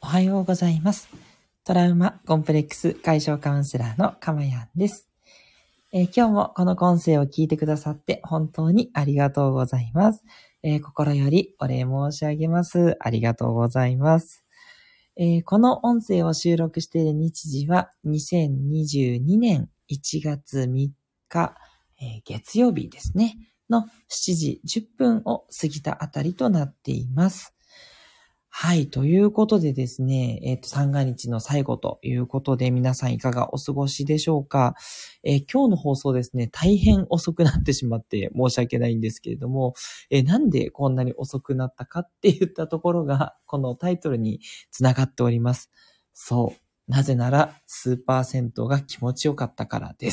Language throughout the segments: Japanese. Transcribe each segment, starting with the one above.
はようございます。トラウマコンプレックス解消カウンセラーのかまやんです。今日もこの音声を聞いてくださって本当にありがとうございます。心よりお礼申し上げます。ありがとうございます。この音声を収録している日時は2022年1月3日、月曜日ですね、の7時10分を過ぎたあたりとなっています。はい。ということでですね、三が日の最後ということで、皆さんいかがお過ごしでしょうか。今日の放送ですね、大変遅くなってしまって申し訳ないんですけれども、なんでこんなに遅くなったかって言ったところが、このタイトルにつながっております。そう。なぜなら、スーパー銭湯が気持ちよかったからです。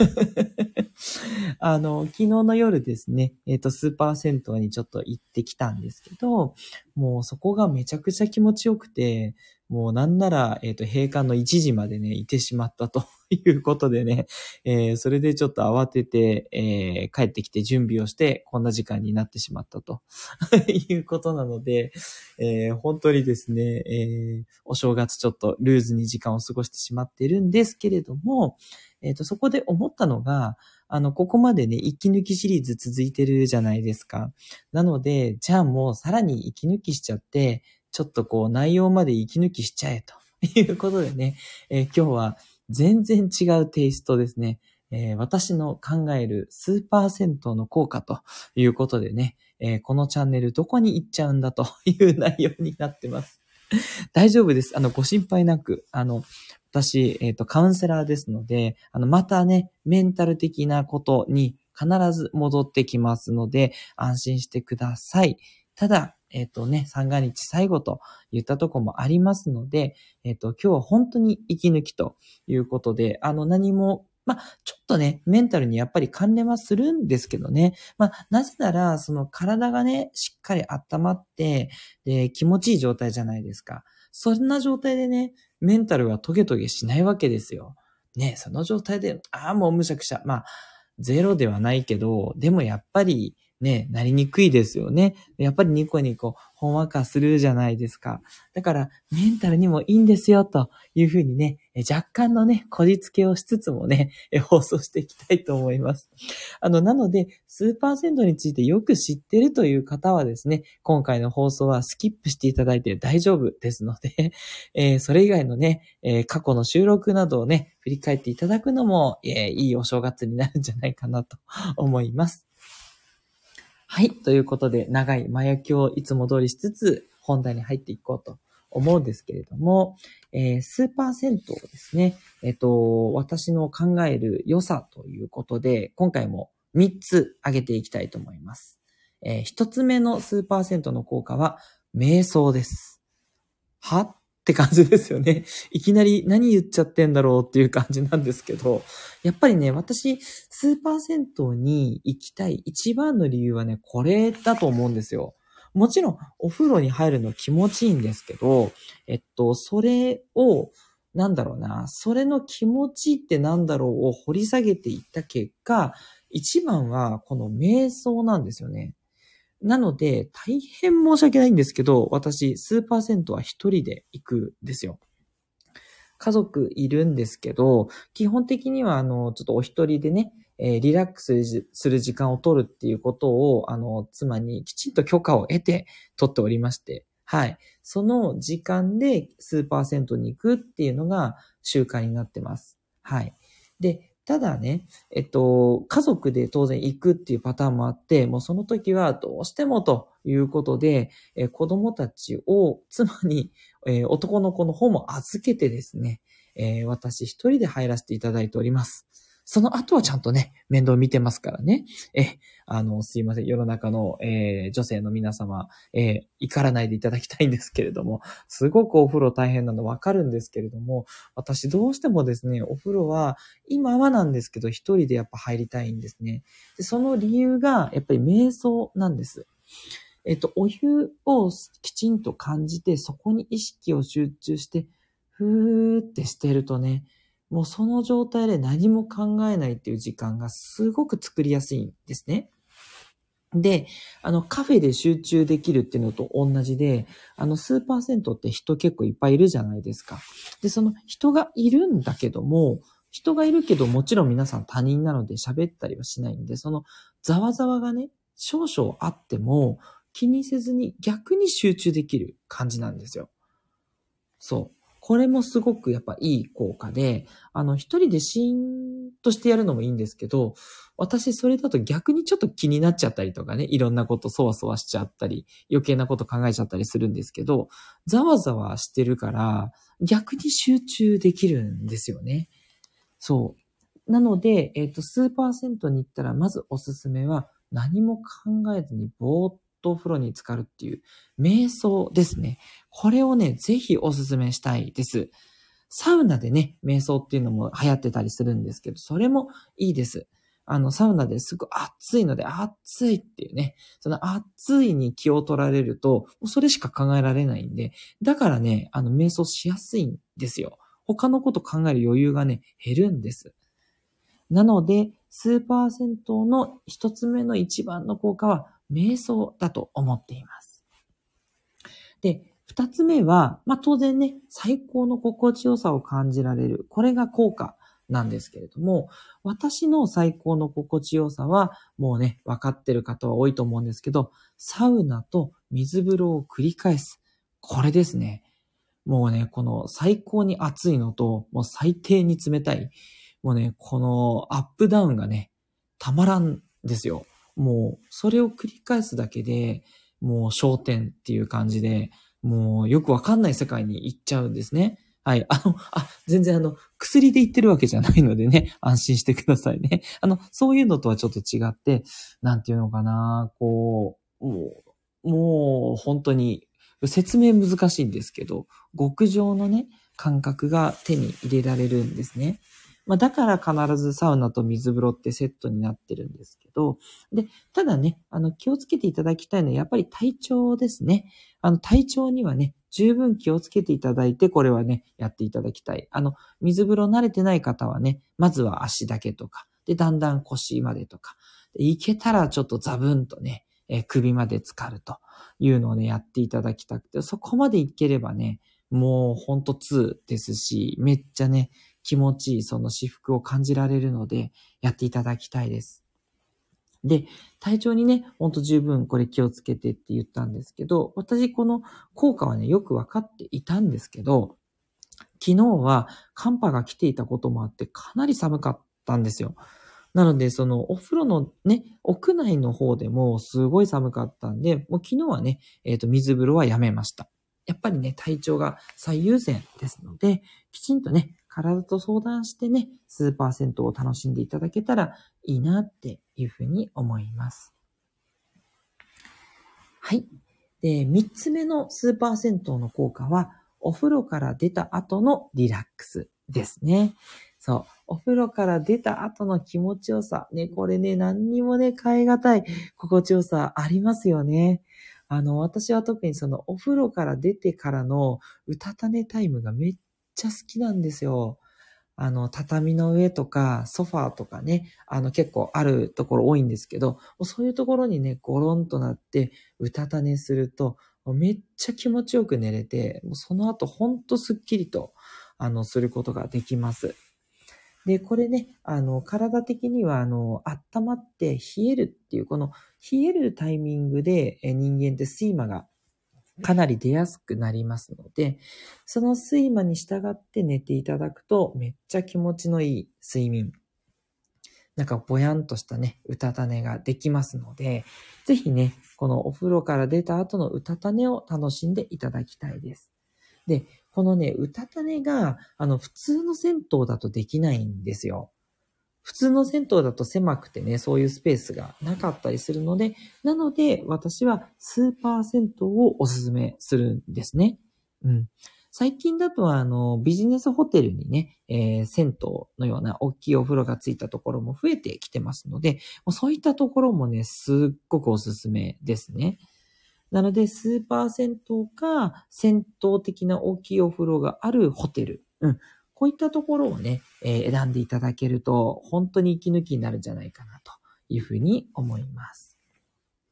昨日の夜ですね、スーパー銭湯にちょっと行ってきたんですけど、もうそこがめちゃくちゃ気持ちよくて、もうなんなら、閉館の1時までね、いてしまったということでね、それでちょっと慌てて、帰ってきて準備をして、こんな時間になってしまったということなので、本当にですね、お正月ちょっとルーズに時間を過ごしてしまっているんですけれども、そこで思ったのが、ここまでね、息抜きシリーズ続いてるじゃないですか。なので、じゃあもうさらに息抜きしちゃって、ちょっとこう内容まで息抜きしちゃえということでね、今日は全然違うテイストですね。私の考えるスーパー銭湯の効果ということでね、このチャンネルどこに行っちゃうんだという内容になってます。大丈夫です。ご心配なく、私、カウンセラーですので、またね、メンタル的なことに必ず戻ってきますので、安心してください。ただ、三が日最後と言ったとこもありますので、今日は本当に息抜きということで、何も、ちょっとね、メンタルにやっぱり関連はするんですけどね。なぜなら、その体がね、しっかり温まって、で、気持ちいい状態じゃないですか。そんな状態でね、メンタルがトゲトゲしないわけですよ。ね、その状態で、もうむしゃくしゃ。ゼロではないけど、でもやっぱりね、なりにくいですよね。やっぱりニコニコ、ほんわかするじゃないですか。だから、メンタルにもいいんですよ、というふうにね、若干のね、こじつけをしつつもね、放送していきたいと思います。なので、スーパー銭湯についてよく知ってるという方はですね、今回の放送はスキップしていただいて大丈夫ですので、それ以外のね、過去の収録などをね、振り返っていただくのも、いいお正月になるんじゃないかなと思います。はい。ということで、長い前置きをいつも通りしつつ、本題に入っていこうと思うんですけれども、スーパー銭湯ですね。私の考える良さということで、今回も3つ挙げていきたいと思います。1つ目のスーパー銭湯の効果は、瞑想です。はって感じですよね。いきなり何言っちゃってんだろうっていう感じなんですけど、やっぱりね、私、スーパー銭湯に行きたい一番の理由はね、これだと思うんですよ。もちろん、お風呂に入るの気持ちいいんですけど、それを、それの気持ちってなんだろうを掘り下げていった結果、一番はこの瞑想なんですよね。なので、大変申し訳ないんですけど、私、スーパー銭湯は一人で行くんですよ。家族いるんですけど、基本的には、ちょっとお一人でね、リラックスする時間を取るっていうことを、妻にきちんと許可を得て取っておりまして、はい。その時間でスーパー銭湯に行くっていうのが習慣になってます。はい。で、ただね、家族で当然行くっていうパターンもあって、もうその時はどうしてもということで、子供たちを妻に男の子の方も預けてですね、私一人で入らせていただいております。その後はちゃんとね、面倒見てますからね。すいません。世の中の、女性の皆様、怒らないでいただきたいんですけれども、すごくお風呂大変なのわかるんですけれども、私どうしてもですね、お風呂は、今はなんですけど、一人でやっぱ入りたいんですね。で、その理由が、やっぱり瞑想なんです。お湯をきちんと感じて、そこに意識を集中して、ふーってしてるとね、もうその状態で何も考えないっていう時間がすごく作りやすいんですね。 で、カフェで集中できるっていうのと同じで、スーパー銭湯って人結構いっぱいいるじゃないですか。で、その人がいるんだけども、人がいるけどもちろん皆さん他人なので喋ったりはしないんで、そのざわざわがね、少々あっても気にせずに逆に集中できる感じなんですよ。そう。これもすごくやっぱいい効果で、一人でシーンとしてやるのもいいんですけど、私それだと逆にちょっと気になっちゃったりとかね、いろんなことそわそわしちゃったり、余計なこと考えちゃったりするんですけど、ざわざわしてるから、逆に集中できるんですよね。そう。なので、スーパー銭湯に行ったら、まずおすすめは、何も考えずにぼーっとお風呂に浸かるっていう、瞑想ですね。これをね、ぜひおすすめしたいです。サウナでね、瞑想っていうのも流行ってたりするんですけど、それもいいです。サウナですごい暑いので、暑いっていうね、その暑いに気を取られると、それしか考えられないんで、だからね、瞑想しやすいんですよ。他のこと考える余裕がね、減るんです。なので、スーパー銭湯の一つ目の一番の効果は、瞑想だと思っています。で、二つ目は、当然ね、最高の心地よさを感じられる。これが効果なんですけれども、私の最高の心地よさは、もうね、分かってる方は多いと思うんですけど、サウナと水風呂を繰り返す。これですね。もうね、この最高に暑いのと、もう最低に冷たい。もうね、このアップダウンがね、たまらんですよ。もう、それを繰り返すだけで、もう焦点っていう感じで、もうよくわかんない世界に行っちゃうんですね。はい。全然薬で言ってるわけじゃないのでね、安心してくださいね。そういうのとはちょっと違って、なんていうのかな、もう本当に、説明難しいんですけど、極上のね、感覚が手に入れられるんですね。だから必ずサウナと水風呂ってセットになってるんですけど、で、ただね、気をつけていただきたいのはやっぱり体調ですね。体調にはね、十分気をつけていただいて、これはね、やっていただきたい。水風呂慣れてない方はね、まずは足だけとか、で、だんだん腰までとか、でいけたらちょっとザブンとね、首まで浸かるというのをね、やっていただきたくて、そこまでいければね、もうほんと2ですし、めっちゃね、気持ちいいその至福を感じられるので、やっていただきたいです。で、体調にね、ほんと十分これ気をつけてって言ったんですけど、私この効果はね、よくわかっていたんですけど、昨日は寒波が来ていたこともあってかなり寒かったんですよ。なので、そのお風呂のね、屋内の方でもすごい寒かったんで、もう昨日はね、水風呂はやめました。やっぱりね、体調が最優先ですので、きちんとね、体と相談してね、スーパー銭湯を楽しんでいただけたらいいなっていうふうに思います。はい。で、三つ目のスーパー銭湯の効果は、お風呂から出た後のリラックスですね。そう。お風呂から出た後の気持ちよさ。ね、これね、何にもね、変え難い心地よさありますよね。私は特にそのお風呂から出てからのうたた寝タイムがめっちゃ好きなんですよ。畳の上とか、ソファーとかね、結構あるところ多いんですけど、そういうところにね、ゴロンとなって、うたた寝すると、めっちゃ気持ちよく寝れて、もうその後ほんとスッキリと、することができます。で、これね、体的には、温まって冷えるっていう、この冷えるタイミングで、人間って睡魔がかなり出やすくなりますので、その睡魔に従って寝ていただくと、めっちゃ気持ちのいい睡眠。なんかぼやんとしたね、うたた寝ができますので、ぜひね、このお風呂から出た後のうたた寝を楽しんでいただきたいです。で、このね、うたた寝が、普通の銭湯だとできないんですよ。普通の銭湯だと狭くてね、そういうスペースがなかったりするので、なので私はスーパー銭湯をおすすめするんですね。うん。最近だとビジネスホテルにね、銭湯のような大きいお風呂がついたところも増えてきてますので、もうそういったところもね、すっごくおすすめですね。なので、スーパー銭湯か、銭湯的な大きいお風呂があるホテル。うん。こういったところをね、選んでいただけると、本当に息抜きになるんじゃないかなというふうに思います。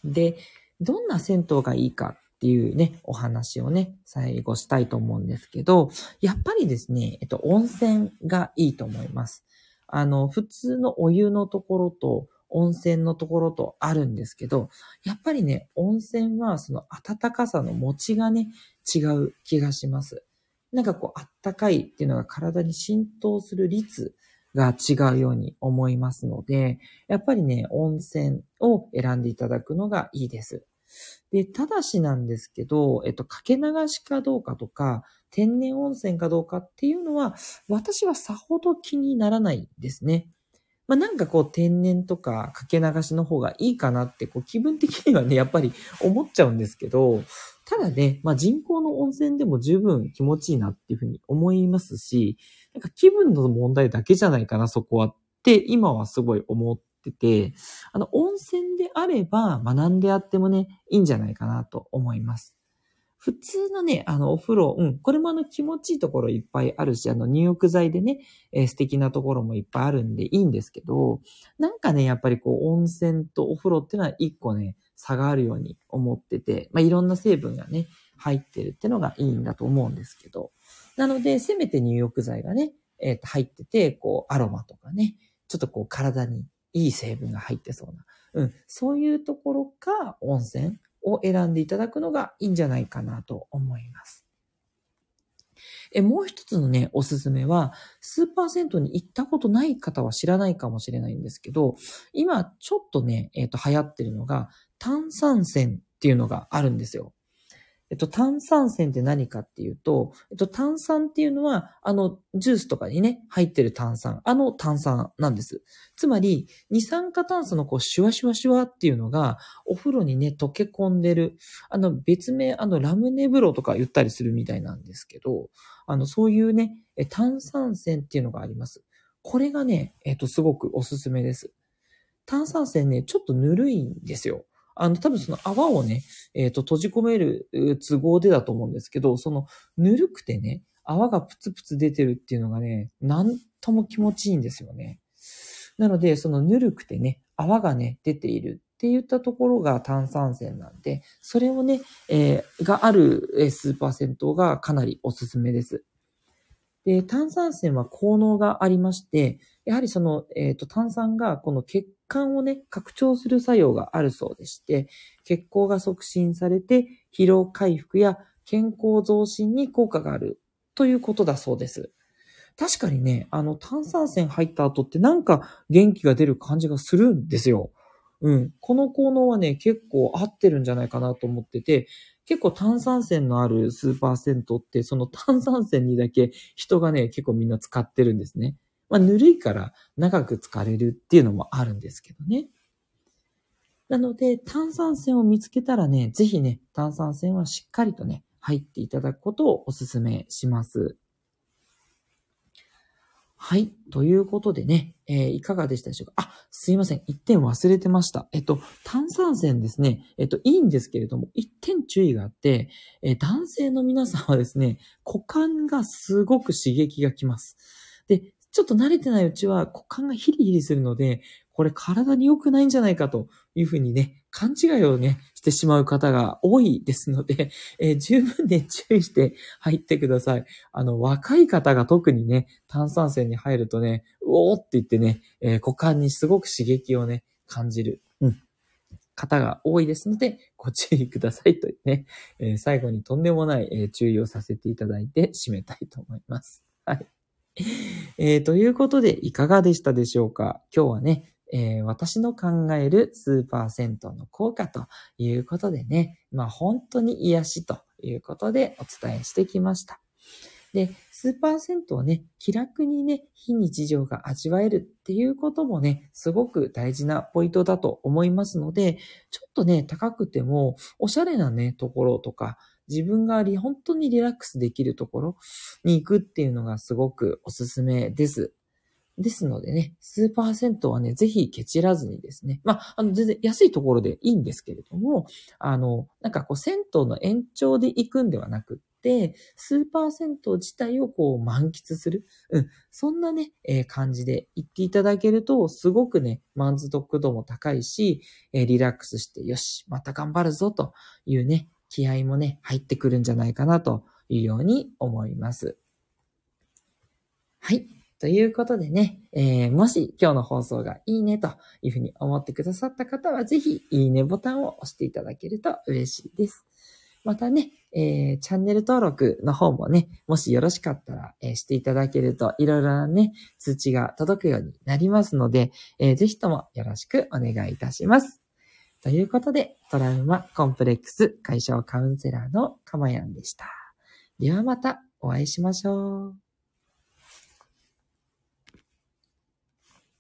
で、どんな銭湯がいいかっていうね、お話をね、最後したいと思うんですけど、やっぱりですね、温泉がいいと思います。普通のお湯のところと、温泉のところとあるんですけど、やっぱりね、温泉はその温かさの持ちがね、違う気がします。なんかこう、あったかいっていうのが体に浸透する率が違うように思いますので、やっぱりね、温泉を選んでいただくのがいいです。で、ただしなんですけど、かけ流しかどうかとか、天然温泉かどうかっていうのは、私はさほど気にならないですね。まあ、なんかこう天然とかかけ流しの方がいいかなってこう気分的にはね、やっぱり思っちゃうんですけど、ただね、まあ、人工の温泉でも十分気持ちいいなっていうふうに思いますし、なんか気分の問題だけじゃないかな、そこはって今はすごい思ってて、温泉であれば学んであってもね、いいんじゃないかなと思います。普通のね、お風呂、これも気持ちいいところいっぱいあるし、入浴剤でね、素敵なところもいっぱいあるんでいいんですけど、なんかね、やっぱりこう、温泉とお風呂っていうのは一個ね、差があるように思ってて、まあ、いろんな成分がね、入ってるっていうのがいいんだと思うんですけど、なので、せめて入浴剤がね、入ってて、こう、アロマとかね、ちょっとこう、体にいい成分が入ってそうな、そういうところか、温泉を選んでいただくのがいいんじゃないかなと思います。もう一つのね、おすすめは、スーパー銭湯に行ったことない方は知らないかもしれないんですけど、今ちょっとね、流行ってるのが、炭酸泉っていうのがあるんですよ。炭酸泉って何かっていうと、炭酸っていうのは、ジュースとかにね、入ってる炭酸、炭酸なんです。つまり、二酸化炭素のこう、シュワシュワシュワっていうのが、お風呂にね、溶け込んでる。別名、ラムネ風呂とか言ったりするみたいなんですけど、そういうね、炭酸泉っていうのがあります。これがね、すごくおすすめです。炭酸泉ね、ちょっとぬるいんですよ。多分その泡をね、閉じ込める都合でだと思うんですけど、そのぬるくてね、泡がプツプツ出てるっていうのがね、なんとも気持ちいいんですよね。なので、そのぬるくてね、泡がね、出ているって言ったところが炭酸泉なんで、それをね、があるスーパー銭湯がかなりおすすめです。で、炭酸泉は効能がありまして、やはりその、炭酸がこの血管をね、拡張する作用があるそうでして、血行が促進されて、疲労回復や健康増進に効果があるということだそうです。確かにね、炭酸泉入った後ってなんか元気が出る感じがするんですよ。この効能はね、結構合ってるんじゃないかなと思ってて、結構炭酸泉のあるスーパー銭湯って、その炭酸泉にだけ人がね、結構みんな使ってるんですね。まあ、ぬるいから長く使われるっていうのもあるんですけどね。なので、炭酸泉を見つけたらね、ぜひね、炭酸泉はしっかりとね、入っていただくことをお勧めします。はい。ということでね、いかがでしたでしょうか。あ、すいません。一点忘れてました。炭酸泉ですね。いいんですけれども、一点注意があって、男性の皆さんはですね、股間がすごく刺激がきます。で、ちょっと慣れてないうちは股間がヒリヒリするので、これ体に良くないんじゃないかというふうにね、勘違いをね、してしまう方が多いですので、十分ね、注意して入ってください。若い方が特にね、炭酸泉に入るとね、うおーって言ってね、股間にすごく刺激をね、感じる、方が多いですので、ご注意くださいというね、最後にとんでもない、注意をさせていただいて締めたいと思います。はい。ということで、いかがでしたでしょうか。今日はね、私の考えるスーパー銭湯の効果ということでね、まあ本当に癒しということでお伝えしてきました。で、スーパー銭湯をね、気楽にね、非日常が味わえるっていうこともね、すごく大事なポイントだと思いますので、ちょっとね、高くても、おしゃれなね、ところとか、自分が本当にリラックスできるところに行くっていうのがすごくおすすめです。 ですのでね、スーパー銭湯はね、ぜひケチらずにですね、全然安いところでいいんですけれども、なんかこう、銭湯の延長で行くんではなくって、スーパー銭湯自体をこう、満喫する。そんなね、感じで行っていただけると、すごくね、満足度も高いし、リラックスして、よし、また頑張るぞというね、気合もね、入ってくるんじゃないかなというように思います。はい。ということでね、もし今日の放送がいいねというふうに思ってくださった方は、ぜひいいねボタンを押していただけると嬉しいです。またね、チャンネル登録の方もね、もしよろしかったら、していただけると、いろいろなね、通知が届くようになりますので、ぜひともよろしくお願いいたします。ということで、トラウマコンプレックス解消カウンセラーのかまやんでした。ではまたお会いしましょう。